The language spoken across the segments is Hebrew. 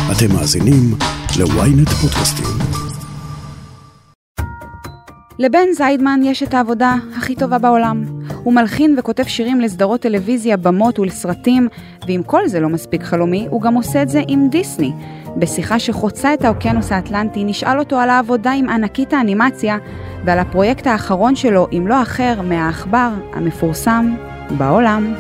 אתם מאזינים ל-ynet פודקאסטים. לבן זיידמן יש את העבודה הכי טובה בעולם. הוא מלחין וכותב שירים לסדרות טלוויזיה, במות ולסרטים, ואם כל זה לא מספיק חלומי, הוא גם עושה את זה עם דיסני. בשיחה שחוצה את האוקיינוס האטלנטי, נשאל אותו על העבודה עם ענקית האנימציה, ועל הפרויקט האחרון שלו, אם לא אחר, מהעכבר המפורסם בעולם.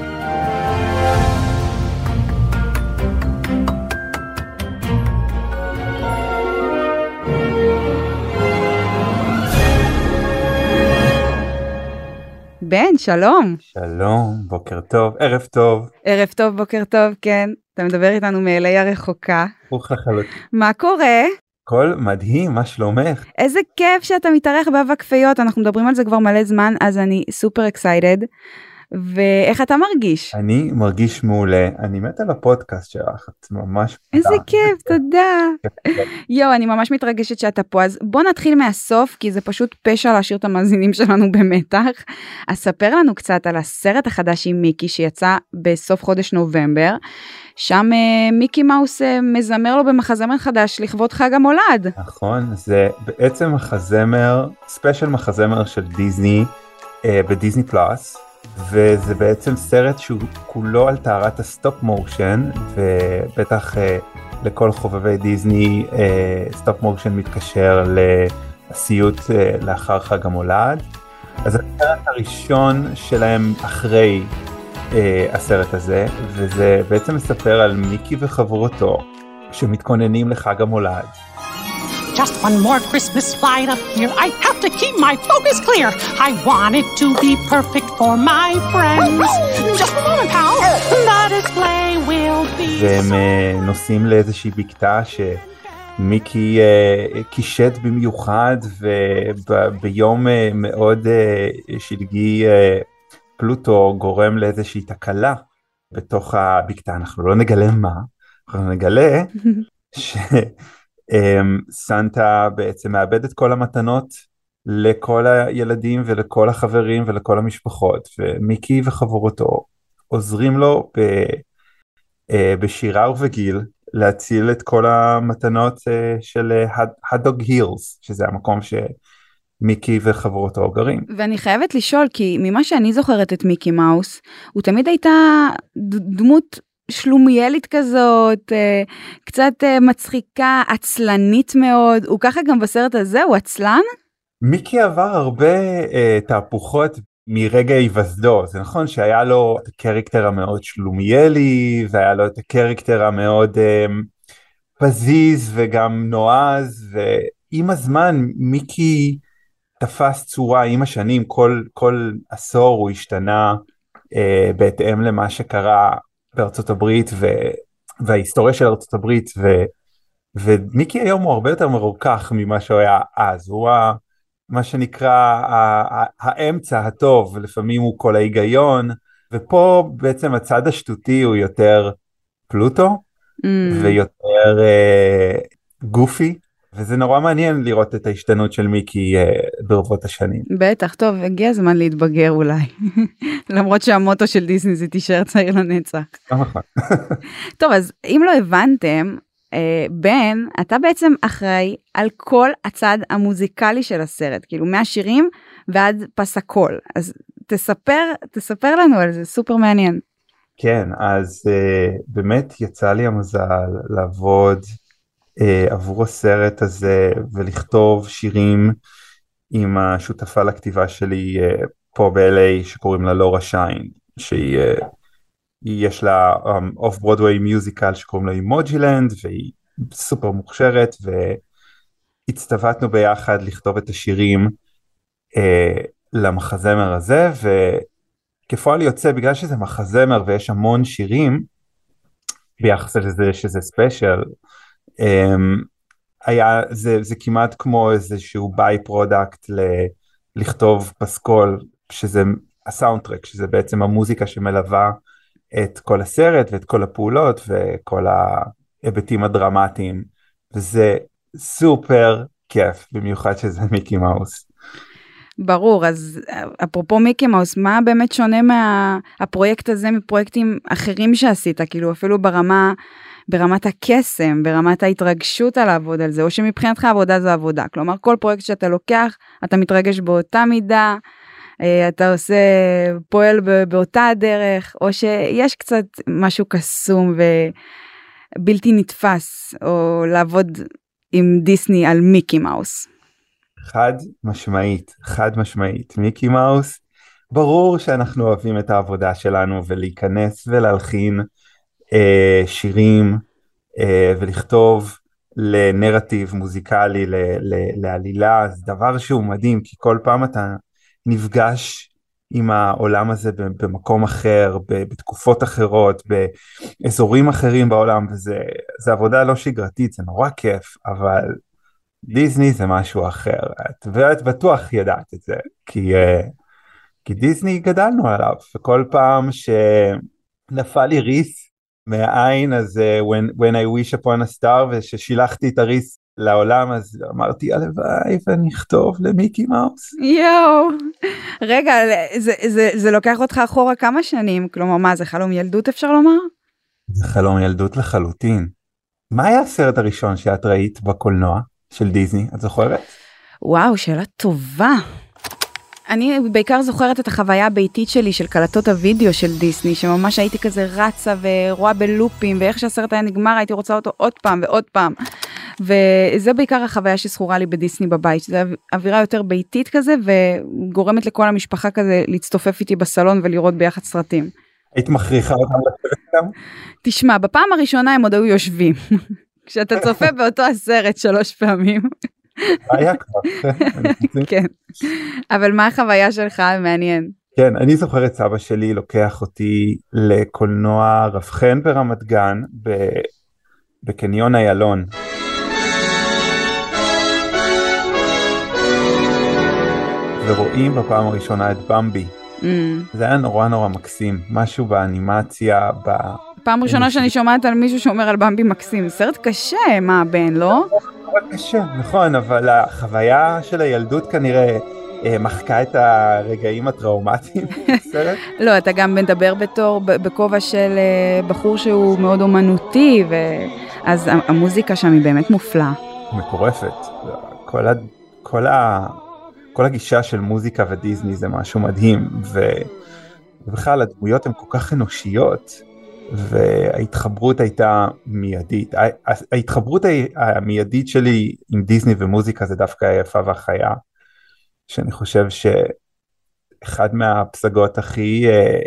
בן, שלום. שלום, בוקר טוב, ערב טוב. ערב טוב, בוקר טוב, כן. אתה מדבר איתנו מאלי הרחוקה. ברוך לחלוטין. מה קורה? הכל מדהים, מה שלומך? איזה כיף שאתה מתארח באבק כפיות, אנחנו מדברים על זה כבר מלא זמן, אז אני סופר אקסייטד. ואיך אתה מרגיש? אני מרגיש מעולה, אני מת על הפודקאסט שלך, את ממש... איזה כיף, תודה. יו, אני ממש מתרגשת שאתה פה, אז בוא נתחיל מהסוף, כי זה פשוט פשע להשאיר את המאזינים שלנו במתח. אז ספר לנו קצת על הסרט החדש עם מיקי, שיצא בסוף חודש נובמבר, שם מיקי מאוס מזמר לו במחזמר חדש לכבוד חג המולד. נכון, זה בעצם מחזמר, ספיישל מחזמר של דיסני, בדיסני פלאס, וזה בעצם סרט שהוא כולו על טהרת הסטופ מושן, ובטח לכל חובבי דיסני סטופ מושן מתקשר לסיוט לאחר חג המולד. אז הסרט הראשון שלהם אחרי הסרט הזה, וזה בעצם מספר על מיקי וחברותו שמתכוננים לחג המולד. Just one more Christmas slide up here. I have to keep my focus clear. I want it to be perfect for my friends. Just a moment, pal. The display will be... והם נוסעים לאיזושהי בקתה שמיקי קישט במיוחד, וביום מאוד שלגי פלוטו גורם לאיזושהי תקלה בתוך הבקתה. אנחנו לא נגלה מה, אנחנו נגלה סנטה בעצם מאבד את כל המתנות לכל הילדים ולכל החברים ולכל המשפחות, ומיקי וחברותו עוזרים לו בשירה ובגיל להציל את כל המתנות של הדוג הילס, שזה המקום שמיקי וחברותו גרים. ואני חייבת לשאול, כי ממה שאני זוכרת את מיקי מאוס, הוא תמיד הייתה דמות שלומיאלית כזאת, קצת מצחיקה, עצלנית מאוד. הוא ככה גם בסרט הזה, הוא עצלן? מיקי עבר הרבה תהפוכות מרגע היווסדו. זה נכון שהיה לו את הקריקטר המאוד שלומיאלי, והיה לו את הקריקטר המאוד פזיז וגם נועז, ועם הזמן מיקי תפס צורה עם השנים, כל עשור הוא השתנה בהתאם למה שקרה בארצות הברית וההיסטוריה של ארצות הברית, ומיקי היום הוא הרבה יותר מרוכך ממה שהוא היה אז. הוא מה שנקרא האמצע הטוב, ולפעמים הוא כל ההיגיון, ופה בעצם הצד השטותי הוא יותר פלוטו ויותר גופי, וזה נורא מעניין לראות את ההשתנות של מיקי ברבות השנים. בטח, טוב, הגיע הזמן להתבגר אולי. למרות שהמוטו של דיסני זה תישאר צעיר לנצח. נכון. טוב, אז אם לא הבנתם, בן, אתה בעצם אחראי על כל הצד המוזיקלי של הסרט, כאילו מהשירים ועד פסקול. אז תספר לנו על זה, סופר מעניין. כן, אז באמת יצא לי המזל לעבוד עבור הסרט הזה ולכתוב שירים עם השותפה לכתיבה שלי פה ב-LA שקוראים לה לורה שיין, יש לה אוף ברודווי מיוזיקל שקוראים לה אימוג'ילנד, והיא סופר מוכשרת, והצטוותנו ביחד לכתוב את השירים למחזמר הזה, וכפועל יוצא בגלל שזה מחזמר ויש המון שירים ביחס לזה שזה ספיישל, זה כמעט כמו איזשהו ביי פרודקט לכתוב פסקול, שזה הסאונדטרק, שזה בעצם המוזיקה שמלווה את כל הסרט ואת כל הפעולות וכל ההיבטים הדרמטיים, וזה סופר כיף, במיוחד שזה מיקי מאוס. ברור, אז אפרופו מיקי מאוס, מה באמת שונה מהפרויקט הזה מפרויקטים אחרים שעשית, כאילו אפילו ברמה ברמת הקסם, ברמת ההתרגשות על לעבוד על זה, או שמבחינתך עבודה זו עבודה, כלומר כל פרויקט שאתה לוקח, אתה מתרגש באותה מידה, אתה פועל באותה הדרך, או שיש קצת משהו קסום ובלתי נתפס, או לעבוד עם דיסני על מיקי מאוס. חד משמעית, מיקי מאוס, ברור שאנחנו אוהבים את העבודה שלנו, ולהיכנס ולהלחין שירים, ולכתוב לנרטיב מוזיקלי, לעלילה, זה דבר שהוא מדהים, כי כל פעם אתה נפגש עם העולם הזה במקום אחר, בתקופות אחרות, באזורים אחרים בעולם, וזה עבודה לא שגרתית, זה נורא כיף, אבל דיסני זה משהו אחר, ואת בטוח ידעת את זה, כי דיסני גדלנו עליו, וכל פעם שנפל לי ריס מהעין, אז when I wish upon a star, וששילחתי את הריס לעולם, אז אמרתי, הלוואי ונכתוב למיקי מאוס. יואו, רגע, זה לוקח אותך אחורה כמה שנים, כלומר מה, זה חלום ילדות אפשר לומר? זה חלום ילדות לחלוטין. מה היה הסרט הראשון שאת ראית בקולנוע של דיסני, את זוכרת? וואו, שאלה טובה. אני בעיקר זוכרת את החוויה הביתית שלי של קלטות הוידאו של דיסני, שממש הייתי כזה רצה ורואה בלופים, ואיך שהסרט היה נגמר הייתי רוצה אותו עוד פעם ועוד פעם. וזה בעיקר החוויה שזכורה לי בדיסני בבית, זה אווירה יותר ביתית כזה, וגורמת לכל המשפחה כזה להצטופף איתי בסלון ולראות ביחד סרטים. היית מכריחה אותם לשבת שם? תשמע, בפעם הראשונה הם עוד היו יושבים. כשאתה צופה באותו הסרט 3 פעמים. היה כבר. כן. אבל מה החוויה שלך? מעניין. כן, אני זוכר את סבא שלי לוקח אותי לקולנוע רב חן ברמת גן, בקניון איילון. ורואים בפעם הראשונה את במבי. זה היה נורא נורא מקסים, משהו באנימציה, פעם ראשונה שאני שומעת על מישהו שאומר על במבי מקסים, סרט קשה, מה בן, לא? קשה, נכון, אבל החוויה של הילדות כנראה מחקה את הרגעים הטראומטיים בסרט. לא, אתה גם מדבר בכובע של בחור שהוא מאוד אומנותי, אז המוזיקה שם היא באמת מופלאה. מטורפת. כל הגישה של מוזיקה ודיסני זה משהו מדהים, ובכלל הדמויות הן כל כך אנושיות, וההתחברות הייתה מיידית. ההתחברות המיידית שלי עם דיסני ומוזיקה זה דווקא היפה והחיה, שאני חושב שאחד מהפסגות הכי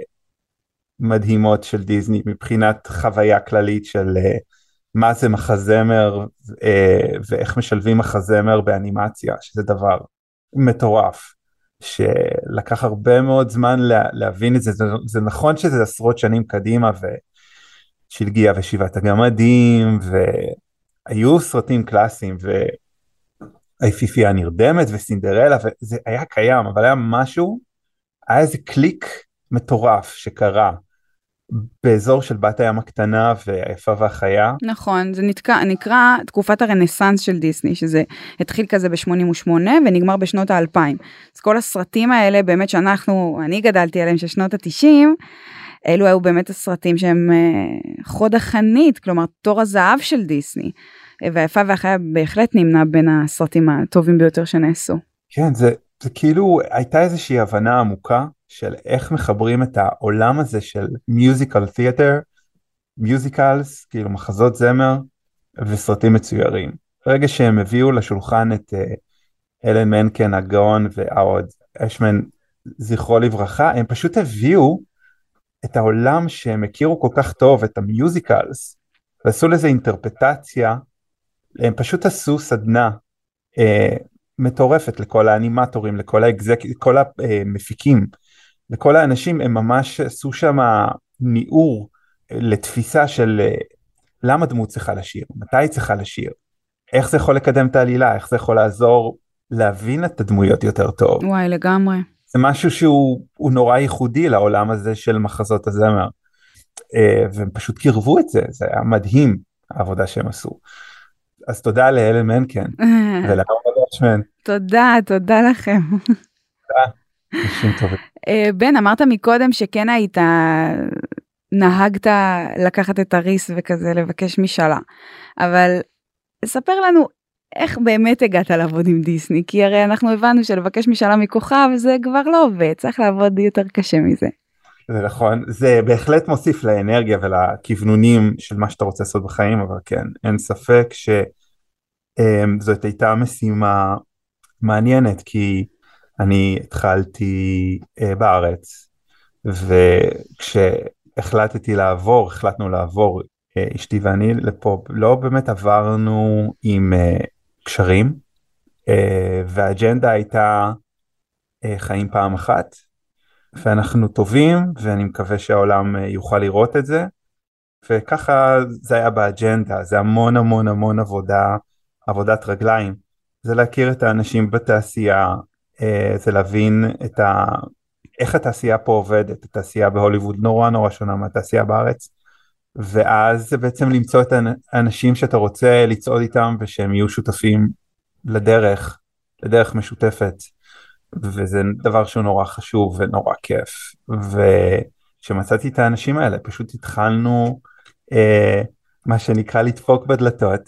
מדהימות של דיסני, מבחינת חוויה כללית של מה זה מחזמר, ואיך משלבים מחזמר באנימציה, שזה דבר מטורף, שלקח הרבה מאוד זמן להבין את זה. זה נכון שזה עשרות שנים קדימה, ושלגיה ושבעת הגמדים, והיו סרטים קלאסיים, והיפיפייה הנרדמת וסינדרלה, וזה היה קיים, אבל היה משהו, היה איזה קליק מטורף שקרה, באזור של בת הים הקטנה והיפה והחיה. נכון, זה נקרא תקופת הרנסנס של דיסני, שזה התחיל כזה ב-88 ונגמר בשנות ה-2000. אז כל הסרטים האלה באמת אני גדלתי עליהם של שנות ה-90, אלו היו באמת הסרטים שהם חוד החנית, כלומר תור הזהב של דיסני, והיפה והחיה בהחלט נמנה בין הסרטים הטובים ביותר שנעשו. כן, זה כאילו הייתה איזושהי הבנה עמוקה, של איך מחברים את העולם הזה של מיוזיקל תיאטר, מיוזיקלס, כאילו מחזות זמר, וסרטים מצוירים. ברגע שהם הביאו לשולחן את אלן מנקן, הגאון והאוד אשמן, זכרו לברכה, הם פשוט הביאו את העולם שהם הכירו כל כך טוב, את המיוזיקלס, ועשו לזה אינטרפטציה, הם פשוט עשו סדנה מטורפת לכל האנימטורים, לכל המפיקים, לכל האנשים. הם ממש עשו שם ניעור לתפיסה של למה דמות צריכה לשיר, מתי היא צריכה לשיר, איך זה יכול לקדם את העלילה, איך זה יכול לעזור להבין את הדמויות יותר טוב. וואי, לגמרי. זה משהו שהוא נורא ייחודי לעולם הזה של מחזות הזמר, והם פשוט קרבו את זה, זה היה מדהים העבודה שהם עשו. אז תודה לאלן מנקן ולאוד אשמן. תודה לכם. תודה, אנשים טובים. בן, אמרת מקודם שכן היית נהגת לקחת את הריס וכזה לבקש משאלה, אבל ספר לנו איך באמת הגעת לעבוד עם דיסני, כי הרי אנחנו הבנו שלבקש משאלה מכוכב זה כבר לא עובד, צריך לעבוד יותר קשה מזה. זה נכון, זה בהחלט מוסיף לאנרגיה ולכיוונונים של מה שאתה רוצה לעשות בחיים, אבל כן, אין ספק שזאת הייתה משימה מעניינת, כי אני התחלתי בארץ, החלטנו לעבור, אשתי ואני לפה, לא באמת עברנו עם קשרים, והאג'נדה הייתה חיים פעם אחת, ואנחנו טובים, ואני מקווה שהעולם יוכל לראות את זה, וככה זה היה באג'נדה, זה המון המון המון עבודת רגליים, זה להכיר את האנשים בתעשייה, זה להבין איך התעשייה פה עובדת, התעשייה בהוליווד נורא נורא שונה מהתעשייה בארץ, ואז זה בעצם למצוא את האנשים שאתה רוצה לצעוד איתם, ושהם יהיו שותפים לדרך משותפת, וזה דבר שהוא נורא חשוב ונורא כיף, וכשמצאתי את האנשים האלה, פשוט התחלנו מה שנקרא לדפוק בדלתות,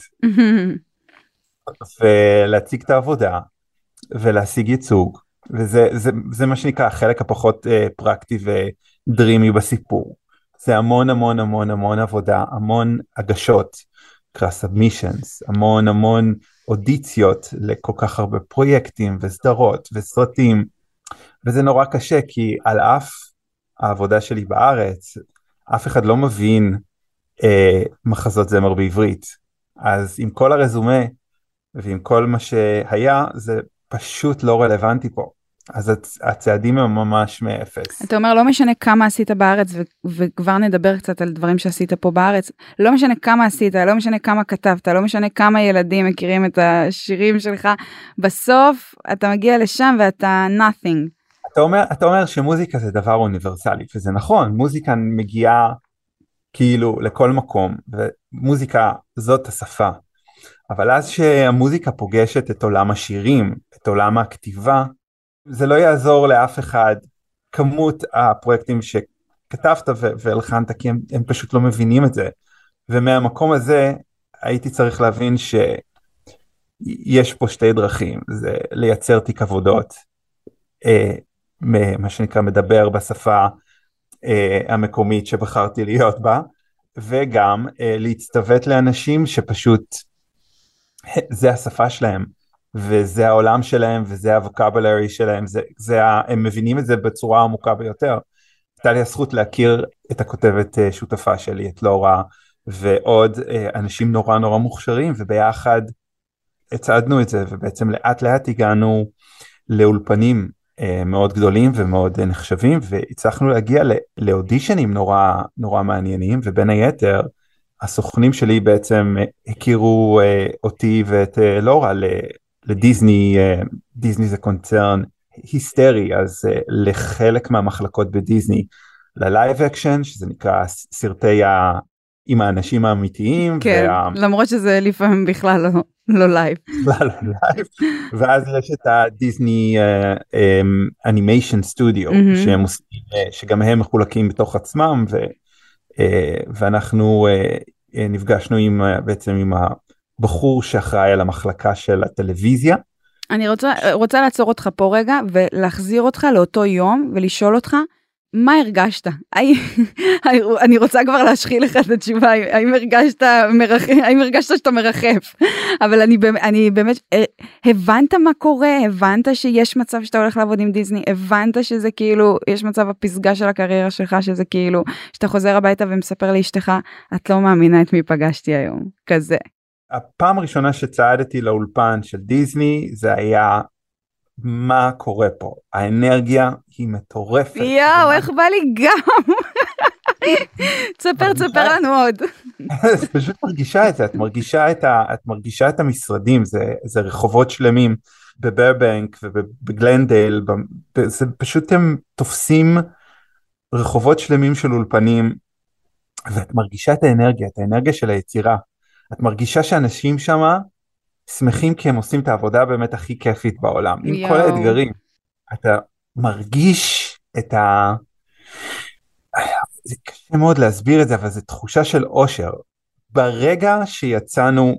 ולהציג את העבודה, ולהשיג ייצוג, וזה מה שנקרא החלק הפחות פרקטי ודרימי בסיפור. זה המון המון המון המון עבודה, המון הגשות, נקרא submissions, המון אודיציות לכל כך הרבה פרויקטים וסדרות וסרטים, וזה נורא קשה, כי על אף העבודה שלי בארץ, אף אחד לא מבין מחזות זמר בעברית, אז עם כל הרזומה ועם כל מה שהיה, זה פשוט לא רלוונטי פה. אז הצעדים הם ממש מאפס. אתה אומר, לא משנה כמה עשית בארץ, וכבר נדבר קצת על דברים שעשית פה בארץ, לא משנה כמה עשית, לא משנה כמה כתבת, לא משנה כמה ילדים מכירים את השירים שלך, בסוף אתה מגיע לשם ואתה nothing. אתה אומר שמוזיקה זה דבר אוניברסלי, וזה נכון, מוזיקה מגיעה כאילו לכל מקום, ומוזיקה זאת השפה. אבל אז שהמוזיקה פוגשת את עולם השירים, את עולם הכתיבה, זה לא יעזור לאף אחד, כמות הפרויקטים שכתבת והלחנת, כי הם פשוט לא מבינים את זה. ומהמקום הזה הייתי צריך להבין שיש פה שתי דרכים, זה לייצר תיק עבודות, מה שנקרא מדבר בשפה המקומית שבחרתי להיות בה, וגם להצטוות לאנשים שפשוט זה השפה שלהם, וזה העולם שלהם, וזה הווקבולרי שלהם, הם מבינים את זה בצורה עמוקה ביותר. הייתה לי הזכות להכיר את הכותבת שותפה שלי, את לורה, ועוד אנשים נורא נורא מוכשרים, וביחד הצעדנו את זה, ובעצם לאט לאט הגענו לאולפנים מאוד גדולים ומאוד נחשבים, והצלחנו להגיע לאודישנים נורא נורא מעניינים, ובין היתר, הסוכנים שלי בעצם הכירו אותי ואת לורה לדיסני, דיסני זה קונצרן היסטרי, אז לחלק מהמחלקות בדיסני, ללייב אקשן, שזה נקרא סרטי עם האנשים האמיתיים. כן, למרות שזה לפעמים בכלל לא לייב. בכלל לא לייב, ואז יש את הדיסני אנימיישן סטודיו, שגם הם מחולקים בתוך עצמם, ואנחנו נפגשנו בעצם עם הבחור שאחראי על המחלקה של הטלוויזיה. אני רוצה לעצור אותך פה רגע, ולהחזיר אותך לאותו יום, ולשאול אותך, מה הרגשת? אני רוצה כבר להשחיל לך את התשובה, האם הרגשת שאתה מרחף? אבל אני באמת, הבנת מה קורה? הבנת שיש מצב שאתה הולך לעבוד עם דיסני? הבנת שזה כאילו, יש מצב הפסגה של הקריירה שלך, שזה כאילו, שאתה חוזר הביתה ומספר לאשתך, את לא מאמינה את מי פגשתי היום, כזה. הפעם הראשונה שצעדתי לאולפן של דיסני, זה היה מה קורה פה. האנרגיה היא מטורפת. יאו, איך בא לי גם. תספר לנו עוד. את פשוט מרגישה את זה, את מרגישה את המשרדים, זה רחובות שלמים בברבנק ובגלנדייל, זה פשוט הם תופסים רחובות שלמים של אולפנים, ואת מרגישה את האנרגיה של היצירה. את מרגישה שאנשים שמה שמחים כי הם עושים את העבודה באמת הכי כיפית בעולם. עם כל האתגרים, אתה מרגיש זה קשה מאוד להסביר את זה, אבל זו תחושה של אושר. ברגע שיצאנו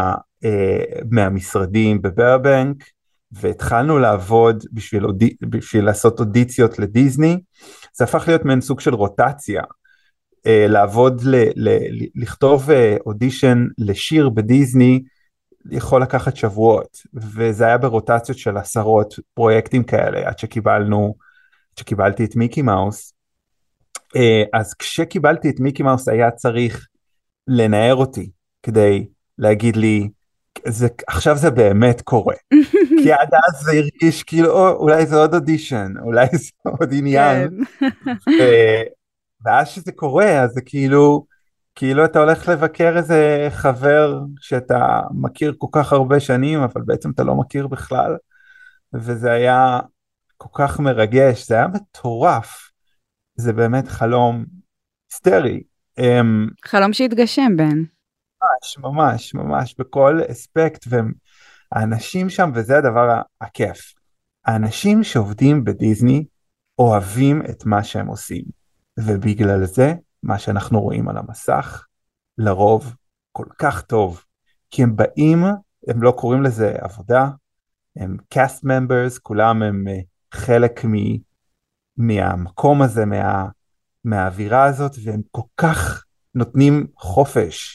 מהמשרדים בברבנק, והתחלנו לעבוד בשביל לעשות אודיציות לדיזני, זה הפך להיות מעין סוג של רוטציה, לעבוד, לכתוב אודישן לשיר בדיזני, יכול לקחת שבועות, וזה היה ברוטציות של 10 פרויקטים כאלה, עד שקיבלתי את מיקי מאוס. אז כשקיבלתי את מיקי מאוס היה צריך לנער אותי, כדי להגיד לי, עכשיו זה באמת קורה. כי עד אז זה הרגיש כאילו, אולי זה עוד אודישן, אולי זה עוד עניין. ואז שזה קורה, אז זה כאילו אתה הולך לבקר איזה חבר שאתה מכיר כל כך הרבה שנים, אבל בעצם אתה לא מכיר בכלל. וזה היה כל כך מרגש, זה היה מטורף. זה באמת חלום היסטרי. חלום שהתגשם בן. ממש, בכל אספקט, והאנשים שם, וזה הדבר הכיף. האנשים שעובדים בדיזני, אוהבים את מה שהם עושים. ובגלל זה, מה שאנחנו רואים על המסך, לרוב כל כך טוב. כי הם באים, הם לא קוראים לזה עבודה, הם cast members, כולם הם חלק מהמקום הזה, מהאווירה הזאת, והם כל כך נותנים חופש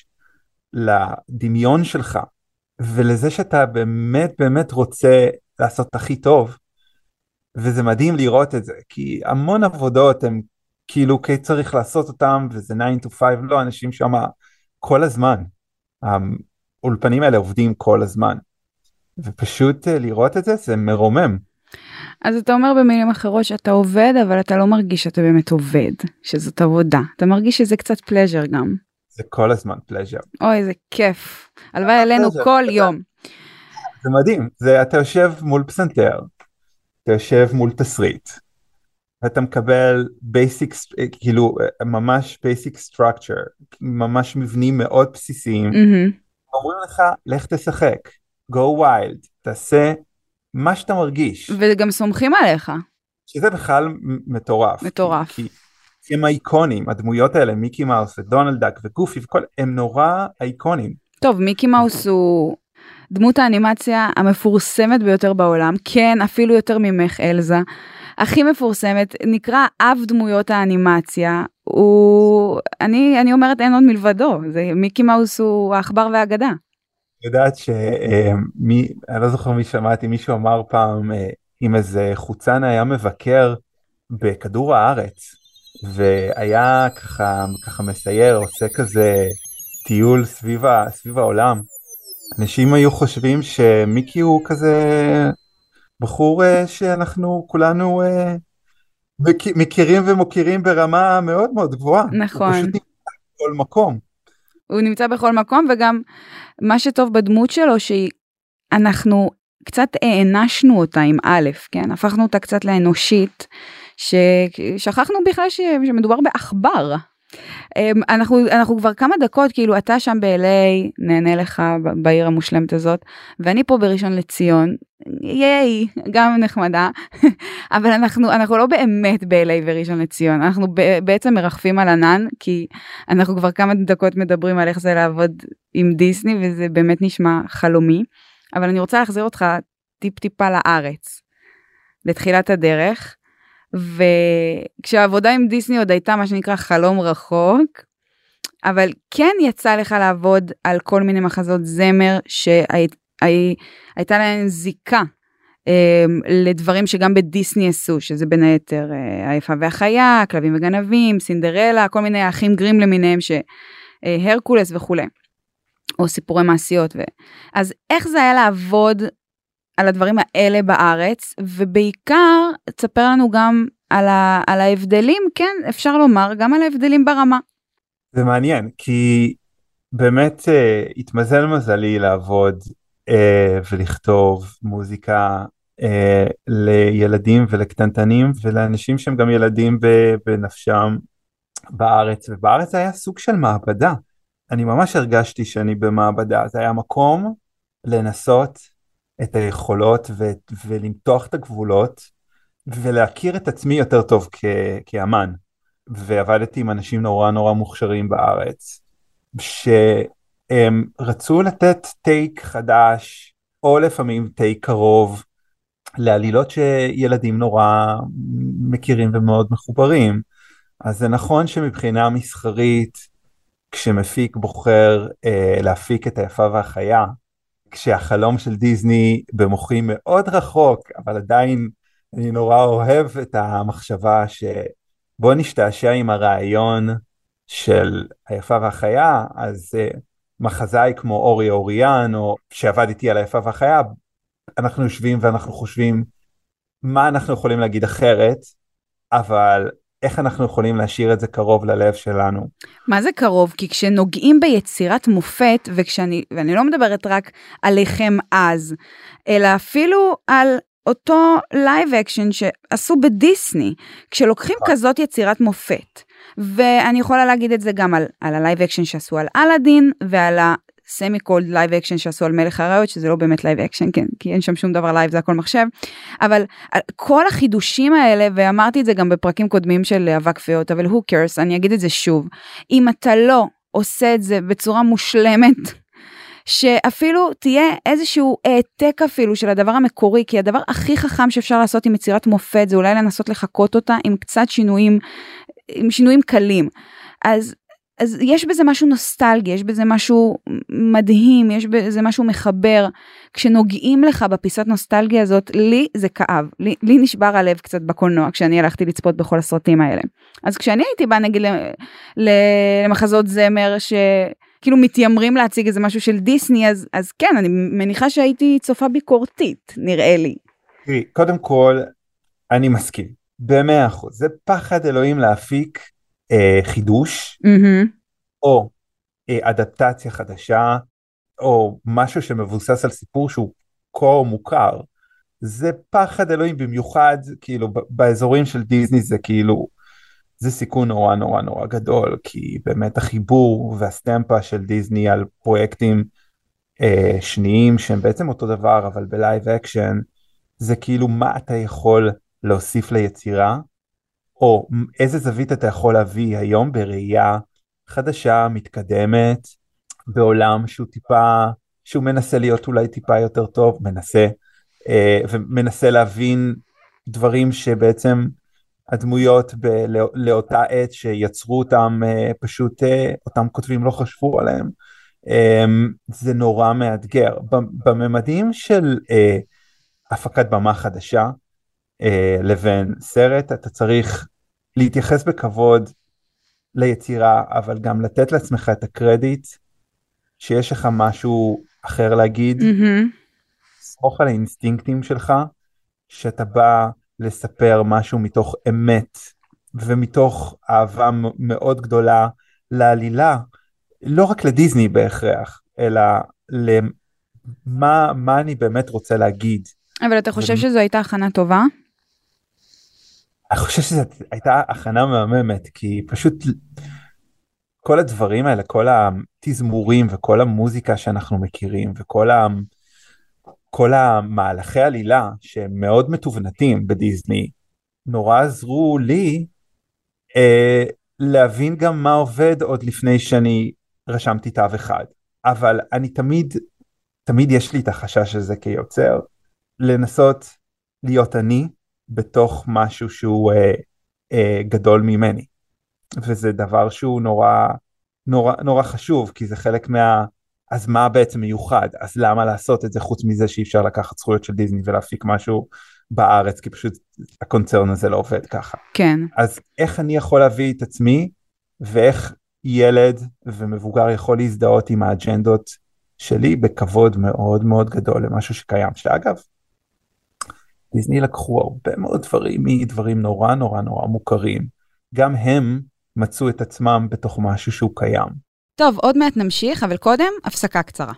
לדמיון שלך, ולזה שאתה באמת באמת רוצה לעשות הכי טוב, וזה מדהים לראות את זה, כי המון עבודות הם כאילו צריך לעשות אותם, וזה 9 to 5, לא, אנשים שם כל הזמן, האולפנים האלה עובדים כל הזמן, ופשוט לראות את זה, זה מרומם. אז אתה אומר במילים אחרות שאתה עובד, אבל אתה לא מרגיש שאתה באמת עובד, שזאת עבודה. אתה מרגיש שזה קצת פלז'ר גם. זה כל הזמן פלז'ר. אוי, זה כיף. הלוואי עלינו כל יום. זה מדהים. אתה יושב מול פסנתר, אתה יושב מול תסריט, ואתה מקבל כאילו ממש basic structure, ממש מבנים מאוד בסיסיים, אומרים לך, לך תשחק, go wild, תעשה מה שאתה מרגיש. וגם סומכים עליך. שזה בכלל מטורף. מטורף. כי הם האיקונים, הדמויות האלה, מיקי מאוס ודונלד דאק וגופי, הם נורא האיקונים. טוב, מיקי מאוס הוא דמות האנימציה המפורסמת ביותר בעולם, כן, אפילו יותר ממך אלזה, הכי מפורסמת, נקרא אב דמויות האנימציה, אני אומרת אין עוד מלבדו, מיקי מאוס הוא העכבר והאגדה. יודעת אני לא זוכר מי שמעתי, מישהו אמר פעם, אם איזה חוצן היה מבקר בכדור הארץ, והיה ככה מסייר, עושה כזה טיול סביב העולם, אנשים היו חושבים שמיקי הוא כזה בחור שאנחנו כולנו מכירים ומוכירים ברמה מאוד מאוד גבוהה. נכון. הוא פשוט נמצא בכל מקום. הוא נמצא בכל מקום, וגם מה שטוב בדמות שלו, שאנחנו קצת הענשנו אותה עם א', כן? הפכנו אותה קצת לאנושית, ששכחנו בכלל שמדובר באחבר. אנחנו כבר כמה דקות, כאילו אתה שם ב-LA, נהנה לך בעיר המושלמת הזאת, ואני פה בראשון לציון, ייי, גם נחמדה, אבל אנחנו לא באמת ב-LA וראשון לציון, אנחנו בעצם מרחפים על ענן, כי אנחנו כבר כמה דקות מדברים על איך זה לעבוד עם דיסני, וזה באמת נשמע חלומי, אבל אני רוצה להחזיר אותך טיפה לארץ, לתחילת הדרך, וכשהעבודה עם דיסני עוד הייתה מה שנקרא חלום רחוק, אבל כן יצא לך לעבוד על כל מיני מחזות זמר שהייתה להן זיקה לדברים שגם בדיסני עשו, שזה בין היתר היפה והחיה, כלבים וגנבים, סינדרלה, כל מיני האחים גרים למיניהם, הרקולס וכו', או סיפורי מעשיות. אז איך זה היה לעבוד על הדברים האלה בארץ, ובעיקר תספר לנו גם על ההבדלים, כן, אפשר לומר, גם על ההבדלים ברמה. זה מעניין, כי באמת התמזל מזלי לעבוד ולכתוב מוזיקה לילדים ולקטנטנים, ולאנשים שהם גם ילדים בנפשם בארץ, ובארץ היה סוג של מעבדה. אני ממש הרגשתי שאני במעבדה, זה היה מקום לנסות את היכולות ולמתוח את הגבולות ולהכיר את עצמי יותר טוב כאמן. ועבדתי עם אנשים נורא נורא מוכשרים בארץ, שהם רצו לתת טייק חדש, או לפעמים טייק קרוב, לעלילות שילדים נורא מכירים ומאוד מחוברים. אז זה נכון שמבחינה מסחרית, כשמפיק בוחר להפיק את היפה והחיה, כשהחלום של דיסני במוחי מאוד רחוק, אבל עדיין אני נורא אוהב את המחשבה שבוא נשתעשע עם הרעיון של היפה והחיה, אז מחזאי כמו אורי אוריאן, או שעבד איתי על היפה והחיה, אנחנו יושבים ואנחנו חושבים מה אנחנו יכולים להגיד אחרת, אבל איך אנחנו יכולים להשאיר את זה קרוב ללב שלנו. מה זה קרוב? כי כשנוגעים ביצירת מופת, ואני לא מדברת רק עליכם אז, אלא אפילו על אותו לייב אקשן שעשו בדיסני, כשלוקחים כזאת יצירת מופת, ואני יכולה להגיד את זה גם על הלייב אקשן שעשו על אלאדין, ועל סמי קולד לייב אקשן שעשו על מלך האריות, שזה לא באמת לייב אקשן, כן, כי אין שם שום דבר לייב, זה הכל מחשב, אבל כל החידושים האלה, ואמרתי את זה גם בפרקים קודמים של אבק פיות, אבל who cares, אני אגיד את זה שוב, אם אתה לא עושה את זה בצורה מושלמת, שאפילו תהיה איזשהו העתק אפילו של הדבר המקורי, כי הדבר הכי חכם שאפשר לעשות עם יצירת מופת, זה אולי לנסות לחכות אותה עם קצת שינויים, עם שינויים קלים, אז יש בזה משהו נוסטלגי, יש בזה משהו מדהים, יש בזה משהו מחבר. כשנוגעים לך בפיסת נוסטלגיה הזאת, לי זה כאב. לי נשבר הלב קצת בקולנוע, כשאני הלכתי לצפות בכל הסרטים האלה. אז כשאני הייתי באה נגיד למחזות זמר, שכאילו מתיימרים להציג איזה משהו של דיסני, אז כן, אני מניחה שהייתי צופה ביקורתית, נראה לי. קודם כל, אני מסכים. ב100%. זה פחד אלוהים להפיק חידוש, או אדפטציה חדשה, או משהו שמבוסס על סיפור שהוא כה מוכר. זה פחד אלוהים, במיוחד כאילו באזורים של דיסני, זה כאילו זה סיכון נורא נורא נורא גדול, כי באמת החיבור והסטמפה של דיסני על פרויקטים שניים שהם בעצם אותו דבר, אבל בלייב אקשן, זה כאילו מה אתה יכול להוסיף ליצירה, או איזה זווית אתה יכול להביא היום בראייה חדשה, מתקדמת, בעולם שהוא מנסה להיות אולי טיפה יותר טוב, ומנסה להבין דברים שבעצם הדמויות לאותה עת שיצרו אותם, פשוט אותם כותבים לא חשבו עליהם. זה נורא מאתגר. בממדים של הפקת במה חדשה, לבין סרט, אתה צריך להתייחס בכבוד ליצירה, אבל גם לתת לעצמך את הקרדיט, שיש לך משהו אחר להגיד, סמוך על האינסטינקטים שלך, שאתה בא לספר משהו מתוך אמת, ומתוך אהבה מאוד גדולה לעלילה, לא רק לדיסני בהכרח, אלא מה אני באמת רוצה להגיד. אבל אתה חושב שזו הייתה הכנה טובה? אני חושב שזו הייתה הכנה מהממת, כי פשוט כל הדברים האלה, כל התזמורים וכל המוזיקה שאנחנו מכירים, וכל המהלכי עלילה שהם מאוד מתובנתים בדיסני, נורא עזרו לי להבין גם מה עובד עוד לפני שאני רשמתי תו אחד. אבל אני תמיד יש לי את החשש הזה כיוצר, לנסות להיות אני בתוך משהו שהוא גדול ממני. וזה דבר שהוא נורא חשוב, כי זה חלק אז מה בעצם מיוחד? אז למה לעשות את זה חוץ מזה שאי אפשר לקחת זכויות של דיסני ולהפיק משהו בארץ, כי פשוט הקונצרן הזה לא עובד ככה. כן. אז איך אני יכול להביא את עצמי, ואיך ילד ומבוגר יכול להזדהות עם האג'נדות שלי בכבוד מאוד מאוד גדול למשהו שקיים. שאגב, דיסני לקחו הרבה מאוד דברים נורא נורא נורא מוכרים. גם הם מצאו את עצמם בתוך משהו שהוא קיים. טוב, עוד מעט נמשיך, אבל קודם, הפסקה קצרה.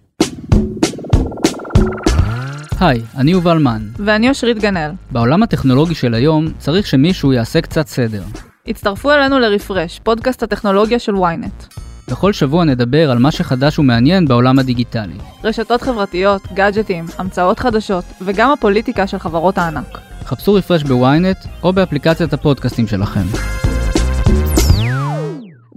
היי, אני יובל מן. ואני אושרית גנאל. בעולם הטכנולוגי של היום צריך שמישהו יעשה קצת סדר. הצטרפו אלינו לרפרש, פודקאסט הטכנולוגיה של ynet. בכל שבוע נדבר על מה שחדש ומעניין בעולם הדיגיטלי. רשתות חברתיות, גאדג'טים, המצאות חדשות, וגם הפוליטיקה של חברות הענק. חפשו רפרש בוויינט או באפליקציית הפודקאסטים שלכם.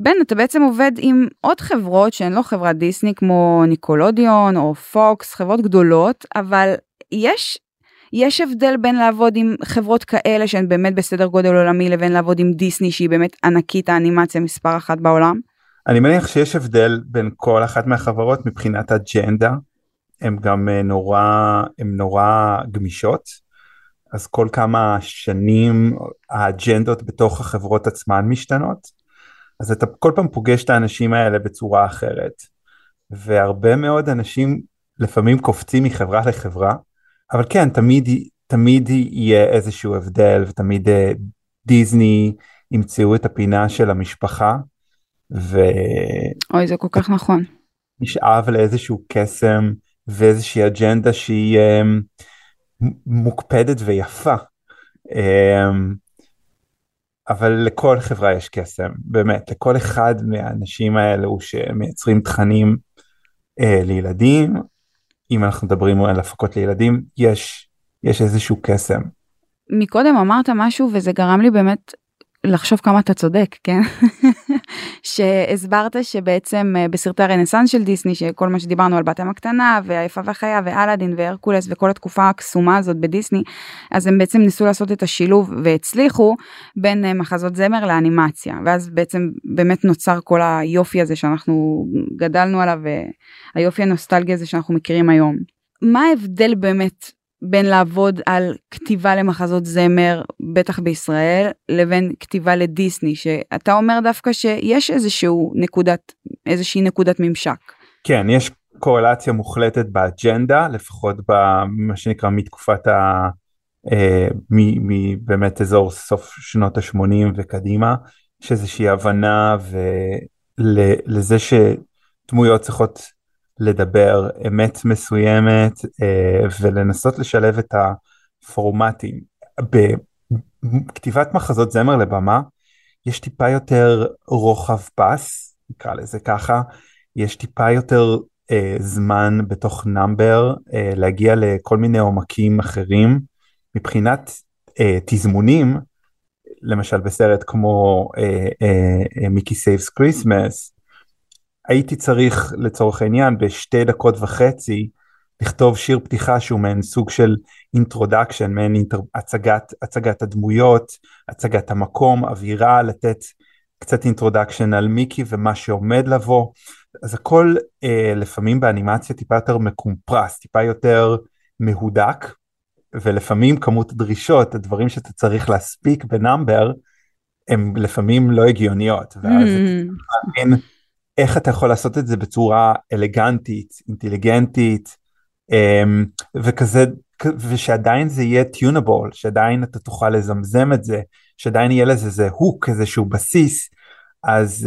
בן, אתה בעצם עובד עם עוד חברות שהן לא חברת דיסני, כמו ניקולודיון או פוקס, חברות גדולות, אבל יש הבדל בין לעבוד עם חברות כאלה שהן באמת בסדר גודל עולמי, לבין לעבוד עם דיסני שהיא באמת ענקית האנימציה מספר אחת בעולם? אני מניח שיש הבדל בין כל אחת מהחברות מבחינת אג'נדה, הן גם נורא גמישות, אז כל כמה שנים האג'נדות בתוך החברות עצמן משתנות, אז אתה כל פעם פוגש את האנשים האלה בצורה אחרת, והרבה מאוד אנשים לפעמים קופצים מחברה לחברה, אבל כן, תמיד יהיה איזשהו הבדל, ותמיד דיסני ימצאו את הפינה של המשפחה, אוי, זה כל כך נכון. נשאב לאיזשהו קסם, ואיזושהי אג'נדה שהיא מוקפדת ויפה. אבל לכל חברה יש קסם, באמת, לכל אחד מהאנשים האלו שמייצרים תכנים לילדים, אם אנחנו מדברים על הפקות לילדים, יש איזשהו קסם. מקודם אמרת משהו וזה גרם לי באמת לחשוב כמה אתה צודק, כן? שהסברת שבעצם בסרטי הרנסנס של דיסני, שכל מה שדיברנו על בת-אם הקטנה, והיפה והחיה, ואלאדין, והרקולס, וכל התקופה הקסומה הזאת בדיסני, אז הם בעצם ניסו לעשות את השילוב, והצליחו בין מחזות זמר לאנימציה, ואז בעצם באמת נוצר כל היופי הזה שאנחנו גדלנו עליו, והיופי הנוסטלגי הזה שאנחנו מכירים היום. מה ההבדל באמת בין לעבוד על כתיבה למחזות זמר, בטח בישראל, לבין כתיבה לדיסני, שאתה אומר דווקא שיש איזושהי נקודת ממשק. כן, יש קורלציה מוחלטת באג'נדה, לפחות במה שנקרא מתקופת באמת אזור סוף שנות ה-80 וקדימה, יש איזושהי הבנה לזה שדמויות צריכות לדבר אמת מסוימת ולנסות לשלב את הפורמטים. בכתיבת מחזות זמר לבמה יש טיפה יותר רוחב פס, נקרא לזה ככה, יש טיפה יותר זמן בתוך נאמבר להגיע לכל מיני עומקים אחרים. מבחינת תזמונים, למשל בסרט כמו מיקי סייבס קריסמס, הייתי צריך לצורך העניין ב2.5 דקות לכתוב שיר פתיחה שהוא מעין סוג של אינטרודקשן, מעין הצגת הדמויות, הצגת המקום, אווירה, לתת קצת אינטרודקשן על מיקי ומה שעומד לבוא. אז הכל לפעמים באנימציה טיפה יותר מקומפרס, טיפה יותר מהודק, ולפעמים כמות דרישות, הדברים שאתה צריך להספיק בנאמבר, הם לפעמים לא הגיוניות, ואז אתה מאמין איך אתה יכול לעשות את זה בצורה אלגנטית, אינטליגנטית, וכזה, ושעדיין זה יהיה טיונבול, שעדיין אתה תוכל לזמזם את זה, שעדיין יהיה לזה איזה הוק, איזשהו בסיס, אז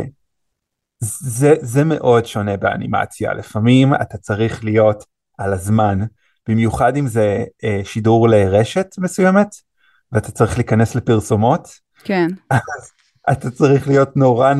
זה מאוד שונה באנימציה. לפעמים אתה צריך להיות על הזמן, במיוחד אם זה שידור לרשת מסוימת, ואתה צריך להיכנס לפרסומות. כן. אתה צריך להיות נורא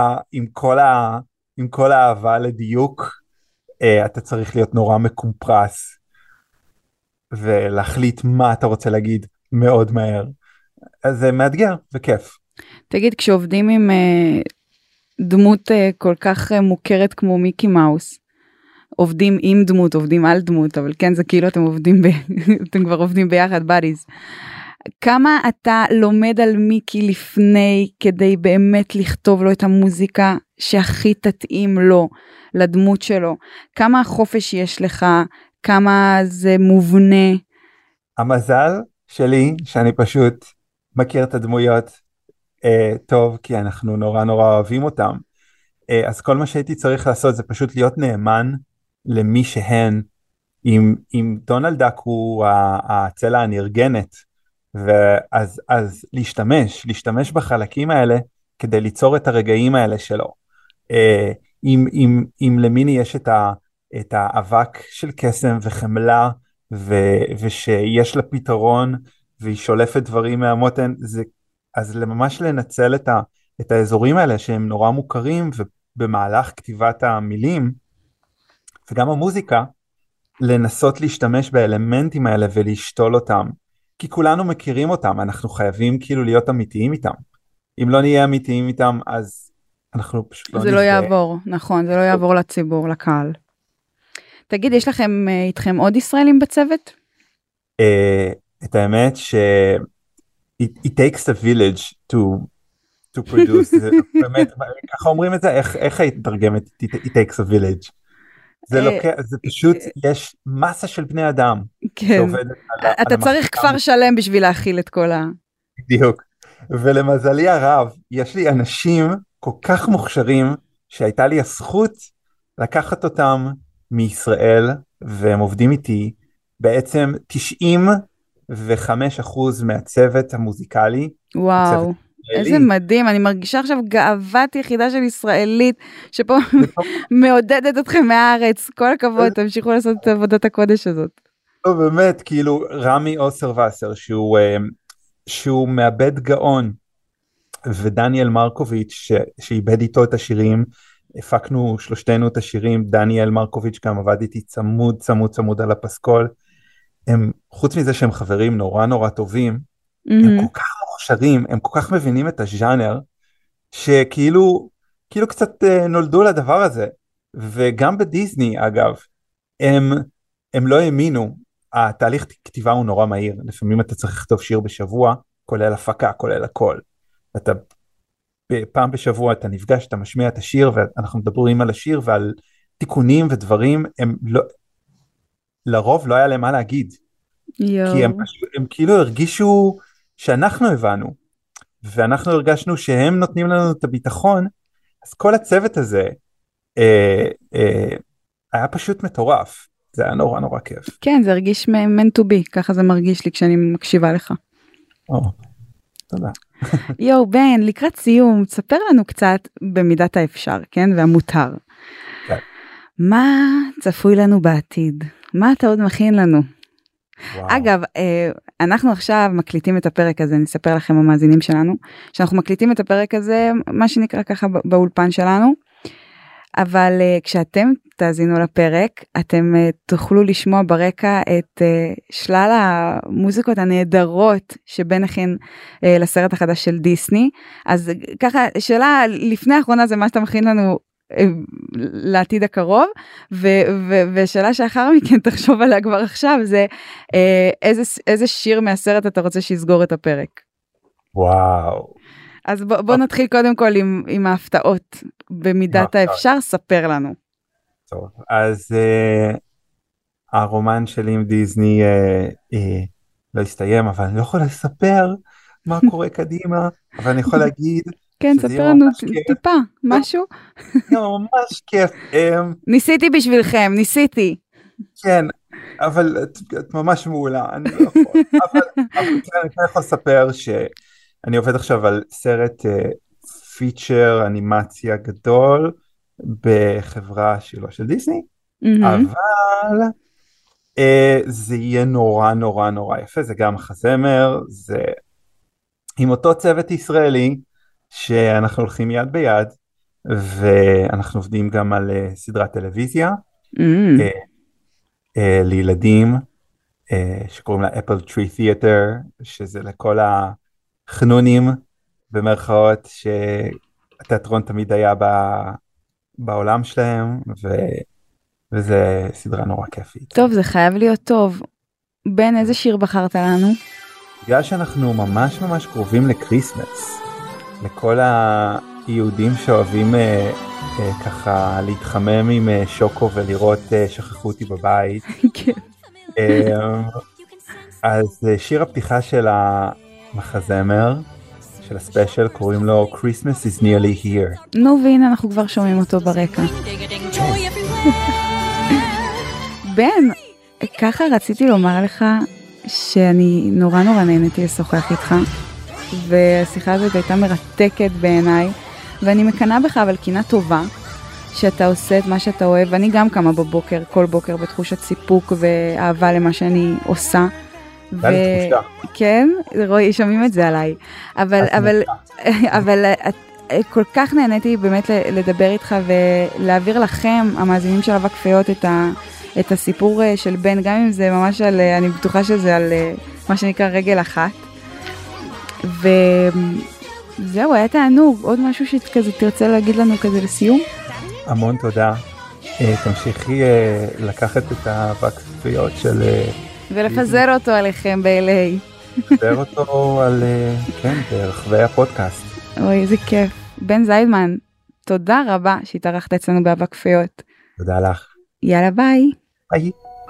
עם כל האהבה לדיוק, אתה צריך להיות נורא מקומפרס, ולהחליט מה אתה רוצה להגיד מאוד מהר. אז זה מאתגר וכיף. תגיד, כשעובדים עם דמות כל כך מוכרת כמו מיקי מאוס, עובדים עם דמות, עובדים על דמות, אבל כן, זה כאילו אתם כבר עובדים ביחד, בדיז. כמה אתה לומד על מיקי לפני כדי באמת לכתוב לו את המוזיקה שהכי תתאים לו, לדמות שלו? כמה חופש יש לך? כמה זה מובנה? המזל שלי שאני פשוט מכיר את הדמויות טוב, כי אנחנו נורא אוהבים אותם. אז כל מה שהייתי צריך לעשות זה פשוט להיות נאמן למי שהן. אם דונלד דאק הוא הצלע הנרגנת, ואז להשתמש בחלקים האלה כדי ליצור את הרגעים האלה שלו. אם למיני יש את האבק של קסם וחמלה, ושיש לה פתרון, והיא שולפת דברים מהמותן, אז ממש לנצל את האזורים האלה שהם נורא מוכרים, ובמהלך כתיבת המילים, וגם המוזיקה, לנסות להשתמש באלמנטים האלה ולהשתול אותם. כי כולנו מכירים אותם, אנחנו חייבים כאילו להיות אמיתיים איתם. אם לא נהיה אמיתיים איתם, אנחנו פשוט לא זה לא יעבור, נכון, זה לא יעבור לציבור, לקהל. תגיד, יש לכם איתכם עוד ישראלים בצוות? את האמת ש it takes a village to produce, באמת, ככה אומרים את זה, איך היית תרגמת it takes a village? זה פשוט, יש מסה של בני אדם שעובדת על המחקר. אתה צריך כפר שלם בשביל להכיל את כל בדיוק. ולמזלי הרב, יש לי אנשים כל כך מוכשרים, שהייתה לי הזכות לקחת אותם מישראל, והם עובדים איתי, בעצם 95% מהצוות המוזיקלי. וואו, איזה מדהים, אני מרגישה עכשיו גאוות יחידה של ישראלית, שפה מעודדת אתכם מהארץ, כל הכבוד, תמשיכו לעשות את עבודת הקודש הזאת. לא, באמת, כאילו, רמי אוסר-וסר, שהוא מאבד גאון, ודניאל מרקוביץ' שאיבד איתו את השירים, הפקנו שלושתנו את השירים, דניאל מרקוביץ' גם עבד איתי צמוד על הפסקול, הם, חוץ מזה שהם חברים נורא נורא טובים, הם כל כך מוכשרים, הם כל כך מבינים את הז'אנר, שכאילו קצת נולדו לדבר הזה, וגם בדיסני אגב, הם לא האמינו, התהליך כתיבה הוא נורא מהיר, לפעמים אתה צריך לכתוב שיר בשבוע, כולל הפקה, כולל הכל, אתה פעם בשבוע אתה נפגש, אתה משמיע את השיר, ואנחנו מדברים על השיר ועל תיקונים ודברים, הם לא, לרוב לא היה להם מה להגיד, כי הם כאילו הרגישו שאנחנו הבנו, ואנחנו הרגשנו שהם נותנים לנו את הביטחון, אז כל הצוות הזה היה פשוט מטורף, זה היה נורא נורא כיף. כן, זה הרגיש meant to be, ככה זה מרגיש לי כשאני מקשיבה לך. תודה. יו, בן, לקראת סיום, תספר לנו קצת במידת האפשר, כן? והמותר. כן. מה צפוי לנו בעתיד? מה אתה עוד מכין לנו? וואו. אגב, אנחנו עכשיו מקליטים את הפרק הזה, נספר לכם המאזינים שלנו, שאנחנו מקליטים את הפרק הזה, מה שנקרא ככה באולפן שלנו, אבל כשאתם תאזינו לפרק, אתם תוכלו לשמוע ברקע את שלל המוזיקות הנהדרות שבן הכין לסרט החדש של דיסני. אז ככה, שאלה לפני האחרונה זה מה שאתה מכין לנו לעתיד הקרוב, ושאלה שאחר מכן תחשוב עליה כבר עכשיו, זה איזה שיר מהסרט אתה רוצה שיסגור את הפרק. וואו. אז בוא נתחיל קודם כל עם ההפתעות, במידת האפשר, ספר לנו. טוב, אז הרומן שלי עם דיסני לא הסתיים, אבל אני לא יכול לספר מה קורה קדימה, אבל אני יכול להגיד, כן, ספר לנו טיפה, משהו. ממש כיף. ניסיתי בשבילכם, ניסיתי. כן, אבל את ממש מעולה, אני לא יכול. אבל אני יכול לספר שאני עובד עכשיו על סרט פיצ'ר, אנימציה גדול, בחברה שלו של דיסני, אבל זה יהיה נורא נורא נורא יפה, זה גם חזמר, זה עם אותו צוות ישראלי, שאנחנו הולכים יד ביד, ואנחנו עובדים גם על סדרת טלוויזיה, לילדים, שקוראים לה Apple Tree Theater, שזה לכל החנונים, במרכאות, שהתיאטרון תמיד היה בעולם שלהם, וזה סדרה נורא כיפית. טוב, זה חייב להיות טוב. בן, איזה שיר בחרת לנו? בגלל שאנחנו ממש ממש קרובים לקריסמס, לכל היהודים שאוהבים ככה להתחמם עם שוקו ולראות שכחו אותי בבית. כן. אז שיר הפתיחה של המחזמר, של הספיישל, קוראים לו Christmas is nearly here. נו, והנה אנחנו כבר שומעים אותו ברקע. בן, ככה רציתי לומר לך שאני נורא נורא נהניתי לשוחח איתך, והשיחה הזאת הייתה מרתקת בעיניי, ואני מקנה בך אבל קינה טובה, שאתה עושה את מה שאתה אוהב, ואני גם קמה בבוקר, כל בוקר בתחושת סיפוק ואהבה למה שאני עושה. כן, רואי, שומעים את זה עליי, אבל כל כך נהניתי באמת לדבר איתך ולהעביר לכם, המאזינים של אבק פיות, את הסיפור של בן, גם אם זה ממש על, אני בטוחה שזה על מה שנקרא רגל אחת, זהו, היה תענוג. עוד משהו שכזה תרצה להגיד לנו כזה לסיום? המון תודה. תמשיכי לקחת את האבק צפיות של... ולפזר אותו עליכם ב-LA. לפזר אותו על, כן, ברחבי הפודקאסט. אוי, איזה כיף. בן זיידמן, תודה רבה שהתארחת אצלנו באבק צפיות. תודה לך. יאללה, ביי. ביי.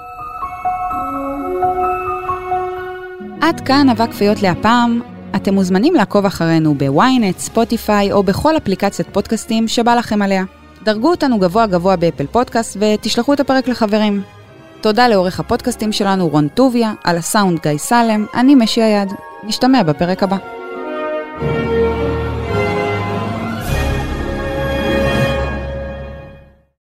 עד כאן אבק צפיות להפעם. אתם מוזמנים לעקוב אחרינו בוויינט, ספוטיפיי או בכל אפליקציית פודקאסטים שבא לכם עליה. דרגו אותנו גבוה גבוה באפל פודקאסט ותשלחו את הפרק לחברים. תודה לעורך הפודקאסטים שלנו רון טוביה, על הסאונד גיא סלם, אני משי היד. נשתמע בפרק הבא.